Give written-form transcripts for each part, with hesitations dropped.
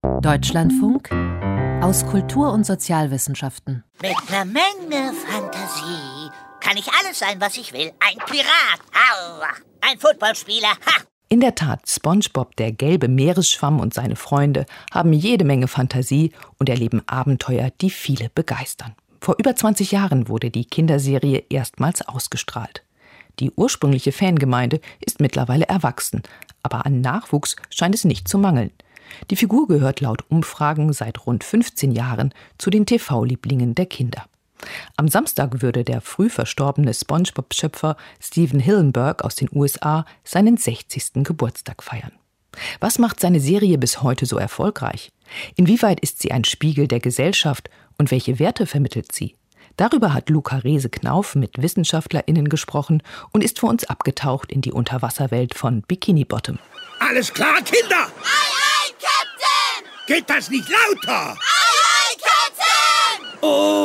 Deutschlandfunk aus Kultur- und Sozialwissenschaften. Mit einer Menge Fantasie kann ich alles sein, was ich will. Ein Pirat, aua, ein Footballspieler, ha! In der Tat, SpongeBob, der gelbe Meeresschwamm und seine Freunde haben jede Menge Fantasie und erleben Abenteuer, die viele begeistern. Vor über 20 Jahren wurde die Kinderserie erstmals ausgestrahlt. Die ursprüngliche Fangemeinde ist mittlerweile erwachsen, aber an Nachwuchs scheint es nicht zu mangeln. Die Figur gehört laut Umfragen seit rund 15 Jahren zu den TV-Lieblingen der Kinder. Am Samstag würde der früh verstorbene SpongeBob-Schöpfer Stephen Hillenburg aus den USA seinen 60. Geburtstag feiern. Was macht seine Serie bis heute so erfolgreich? Inwieweit ist sie ein Spiegel der Gesellschaft und welche Werte vermittelt sie? Darüber hat Luca Rehse-Knauf mit WissenschaftlerInnen gesprochen und ist für uns abgetaucht in die Unterwasserwelt von Bikini Bottom. Alles klar, Kinder? Aye, aye, Captain! Geht das nicht lauter? Aye, aye, Captain!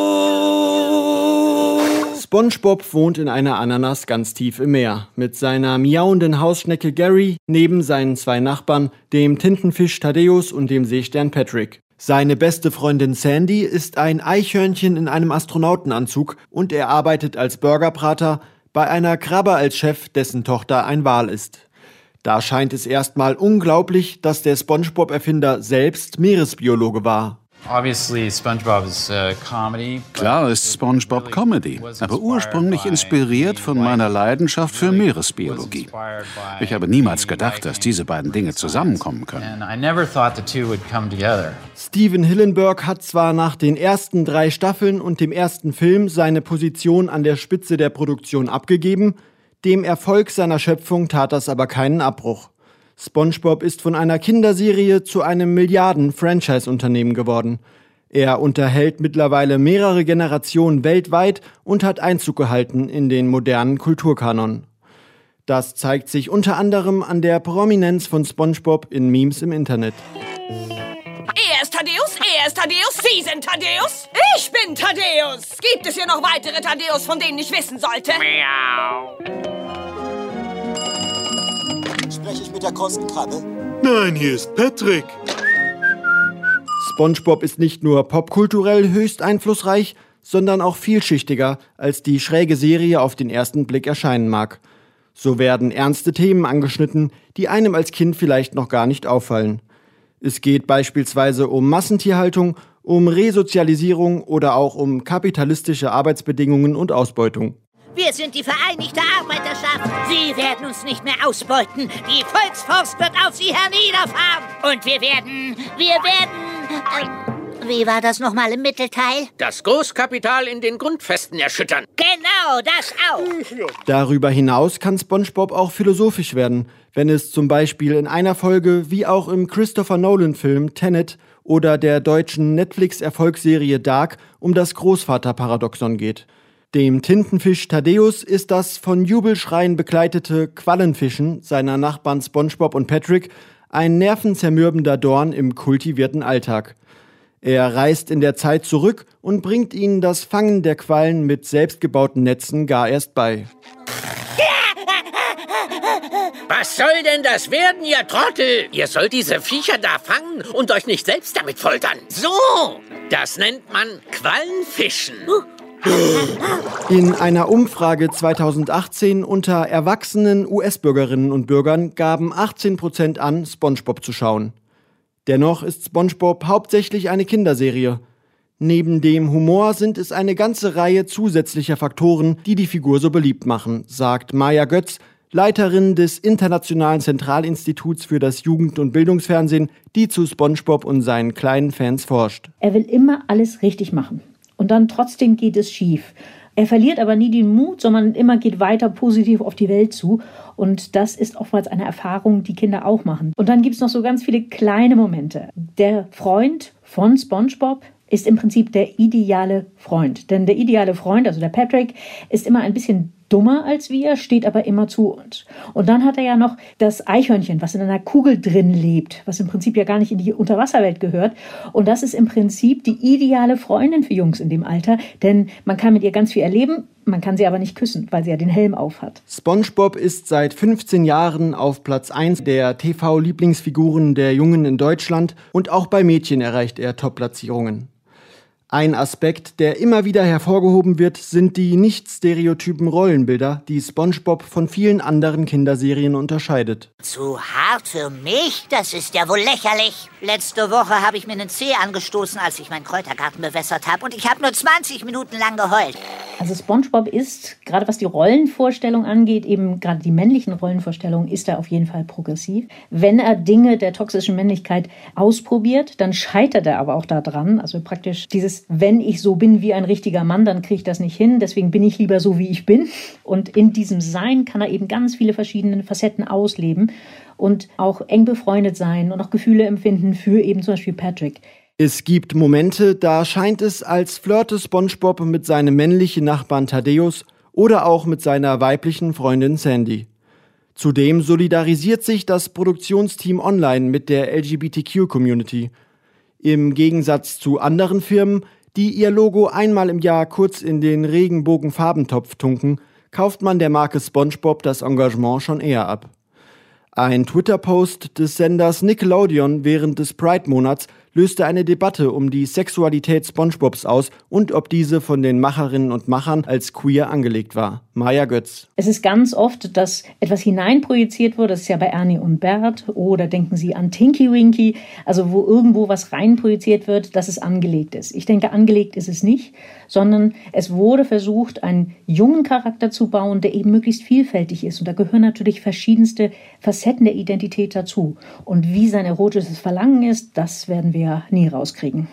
Oh! SpongeBob wohnt in einer Ananas ganz tief im Meer. Mit seiner miauenden Hausschnecke Gary neben seinen 2 Nachbarn, dem Tintenfisch Thaddeus und dem Seestern Patrick. Seine beste Freundin Sandy ist ein Eichhörnchen in einem Astronautenanzug und er arbeitet als Burgerbrater bei einer Krabbe als Chef, dessen Tochter ein Wal ist. Da scheint es erstmal unglaublich, dass der SpongeBob-Erfinder selbst Meeresbiologe war. Klar ist SpongeBob Comedy, aber ursprünglich inspiriert von meiner Leidenschaft für Meeresbiologie. Ich habe niemals gedacht, dass diese beiden Dinge zusammenkommen können. Stephen Hillenburg hat zwar nach den ersten 3 Staffeln und dem ersten Film seine Position an der Spitze der Produktion abgegeben, dem Erfolg seiner Schöpfung tat das aber keinen Abbruch. SpongeBob ist von einer Kinderserie zu einem Milliarden-Franchise-Unternehmen geworden. Er unterhält mittlerweile mehrere Generationen weltweit und hat Einzug gehalten in den modernen Kulturkanon. Das zeigt sich unter anderem an der Prominenz von SpongeBob in Memes im Internet. Er ist Thaddeus, Sie sind Thaddeus, ich bin Thaddeus. Gibt es hier noch weitere Thaddeus, von denen ich wissen sollte? Miau. Spreche ich mit der Kostenkrabbe? Nein, hier ist Patrick. SpongeBob ist nicht nur popkulturell höchst einflussreich, sondern auch vielschichtiger, als die schräge Serie auf den ersten Blick erscheinen mag. So werden ernste Themen angeschnitten, die einem als Kind vielleicht noch gar nicht auffallen. Es geht beispielsweise um Massentierhaltung, um Resozialisierung oder auch um kapitalistische Arbeitsbedingungen und Ausbeutung. Wir sind die Vereinigte Arbeiterschaft. Sie werden uns nicht mehr ausbeuten. Die Volksforst wird auf sie herniederfahren. Und wir werden... wie war das nochmal im Mittelteil? Das Großkapital in den Grundfesten erschüttern. Genau, das auch. Darüber hinaus kann SpongeBob auch philosophisch werden, wenn es zum Beispiel in einer Folge wie auch im Christopher Nolan-Film Tenet oder der deutschen Netflix-Erfolgsserie Dark um das Großvaterparadoxon geht. Dem Tintenfisch Thaddeus ist das von Jubelschreien begleitete Quallenfischen seiner Nachbarn SpongeBob und Patrick ein nervenzermürbender Dorn im kultivierten Alltag. Er reist in der Zeit zurück und bringt ihnen das Fangen der Quallen mit selbstgebauten Netzen gar erst bei. Was soll denn das werden, ihr Trottel? Ihr sollt diese Viecher da fangen und euch nicht selbst damit foltern. So, das nennt man Quallenfischen. In einer Umfrage 2018 unter erwachsenen US-Bürgerinnen und Bürgern gaben 18% an, SpongeBob zu schauen. Dennoch ist SpongeBob hauptsächlich eine Kinderserie. Neben dem Humor sind es eine ganze Reihe zusätzlicher Faktoren, die die Figur so beliebt machen, sagt Maja Götz, Leiterin des Internationalen Zentralinstituts für das Jugend- und Bildungsfernsehen, die zu SpongeBob und seinen kleinen Fans forscht. Er will immer alles richtig machen. Und dann trotzdem geht es schief. Er verliert aber nie den Mut, sondern immer geht weiter positiv auf die Welt zu. Und das ist oftmals eine Erfahrung, die Kinder auch machen. Und dann gibt es noch so ganz viele kleine Momente. Der Freund von SpongeBob ist im Prinzip der ideale Freund. Denn der ideale Freund, also der Patrick, ist immer ein bisschen dummer als wir, steht aber immer zu uns. Und dann hat er ja noch das Eichhörnchen, was in einer Kugel drin lebt, was im Prinzip ja gar nicht in die Unterwasserwelt gehört. Und das ist im Prinzip die ideale Freundin für Jungs in dem Alter, denn man kann mit ihr ganz viel erleben, man kann sie aber nicht küssen, weil sie ja den Helm aufhat. SpongeBob ist seit 15 Jahren auf Platz 1 der TV-Lieblingsfiguren der Jungen in Deutschland und auch bei Mädchen erreicht er Top-Platzierungen. Ein Aspekt, der immer wieder hervorgehoben wird, sind die nicht stereotypen Rollenbilder, die SpongeBob von vielen anderen Kinderserien unterscheidet. Zu hart für mich? Das ist ja wohl lächerlich. Letzte Woche habe ich mir einen Zeh angestoßen, als ich meinen Kräutergarten bewässert habe. Und ich habe nur 20 Minuten lang geheult. Also SpongeBob ist, gerade was die Rollenvorstellung angeht, eben gerade die männlichen Rollenvorstellungen, ist er auf jeden Fall progressiv. Wenn er Dinge der toxischen Männlichkeit ausprobiert, dann scheitert er aber auch daran. Also praktisch dieses, wenn ich so bin wie ein richtiger Mann, dann kriege ich das nicht hin. Deswegen bin ich lieber so, wie ich bin. Und in diesem Sein kann er eben ganz viele verschiedene Facetten ausleben und auch eng befreundet sein und auch Gefühle empfinden für eben zum Beispiel Patrick. Es gibt Momente, da scheint es, als flirte SpongeBob mit seinem männlichen Nachbarn Thaddeus oder auch mit seiner weiblichen Freundin Sandy. Zudem solidarisiert sich das Produktionsteam online mit der LGBTQ-Community. Im Gegensatz zu anderen Firmen, die ihr Logo einmal im Jahr kurz in den Regenbogenfarbentopf tunken, kauft man der Marke SpongeBob das Engagement schon eher ab. Ein Twitter-Post des Senders Nickelodeon während des Pride-Monats löste eine Debatte um die Sexualität SpongeBobs aus und ob diese von den Macherinnen und Machern als queer angelegt war. Maja Götz. Es ist ganz oft, dass etwas hineinprojiziert wurde, das ist ja bei Ernie und Bert, oder denken Sie an Tinky Winky, also wo irgendwo was reinprojiziert wird, dass es angelegt ist. Ich denke, angelegt ist es nicht, sondern es wurde versucht, einen jungen Charakter zu bauen, der eben möglichst vielfältig ist. Und da gehören natürlich verschiedenste Facetten der Identität dazu. Und wie sein erotisches Verlangen ist, das werden wir nie rauskriegen.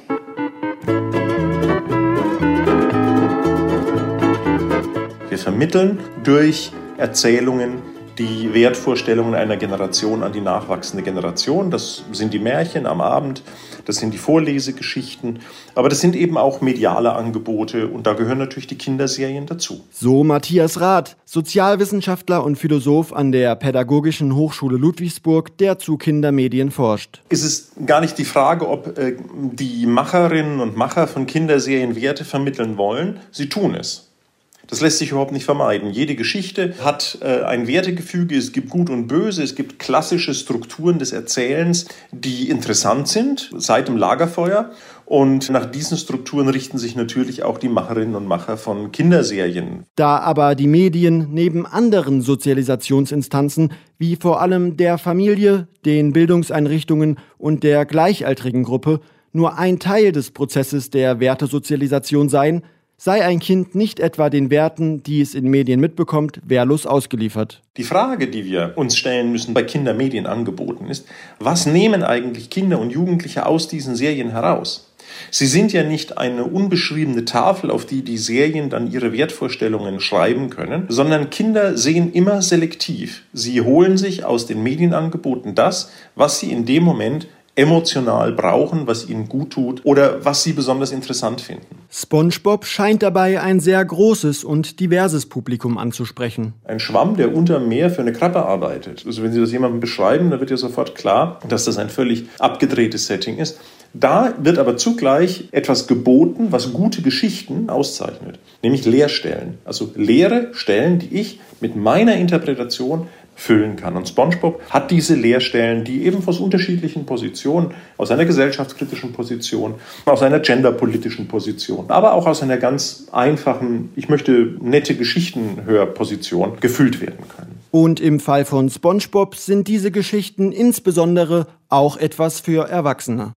Wir vermitteln durch Erzählungen die Wertvorstellungen einer Generation an die nachwachsende Generation. Das sind die Märchen am Abend, das sind die Vorlesegeschichten, aber das sind eben auch mediale Angebote und da gehören natürlich die Kinderserien dazu. So Matthias Rath, Sozialwissenschaftler und Philosoph an der Pädagogischen Hochschule Ludwigsburg, der zu Kindermedien forscht. Es ist gar nicht die Frage, ob die Macherinnen und Macher von Kinderserien Werte vermitteln wollen. Sie tun es. Das lässt sich überhaupt nicht vermeiden. Jede Geschichte hat ein Wertegefüge, es gibt Gut und Böse, es gibt klassische Strukturen des Erzählens, die interessant sind, seit dem Lagerfeuer. Und nach diesen Strukturen richten sich natürlich auch die Macherinnen und Macher von Kinderserien. Da aber die Medien neben anderen Sozialisationsinstanzen, wie vor allem der Familie, den Bildungseinrichtungen und der gleichaltrigen Gruppe, nur ein Teil des Prozesses der Wertesozialisation seien, sei ein Kind nicht etwa den Werten, die es in Medien mitbekommt, wehrlos ausgeliefert. Die Frage, die wir uns stellen müssen bei Kindermedienangeboten ist, was nehmen eigentlich Kinder und Jugendliche aus diesen Serien heraus? Sie sind ja nicht eine unbeschriebene Tafel, auf die die Serien dann ihre Wertvorstellungen schreiben können, sondern Kinder sehen immer selektiv. Sie holen sich aus den Medienangeboten das, was sie in dem Moment emotional brauchen, was ihnen gut tut oder was sie besonders interessant finden. SpongeBob scheint dabei ein sehr großes und diverses Publikum anzusprechen. Ein Schwamm, der unterm Meer für eine Krabbe arbeitet. Also wenn Sie das jemandem beschreiben, dann wird ja sofort klar, dass das ein völlig abgedrehtes Setting ist. Da wird aber zugleich etwas geboten, was gute Geschichten auszeichnet, nämlich Leerstellen. Also leere Stellen, die ich mit meiner Interpretation füllen kann. Und SpongeBob hat diese Leerstellen, die eben aus unterschiedlichen Positionen, aus einer gesellschaftskritischen Position, aus einer genderpolitischen Position, aber auch aus einer ganz einfachen, ich möchte nette Geschichten-Hörposition gefüllt werden können. Und im Fall von SpongeBob sind diese Geschichten insbesondere auch etwas für Erwachsene.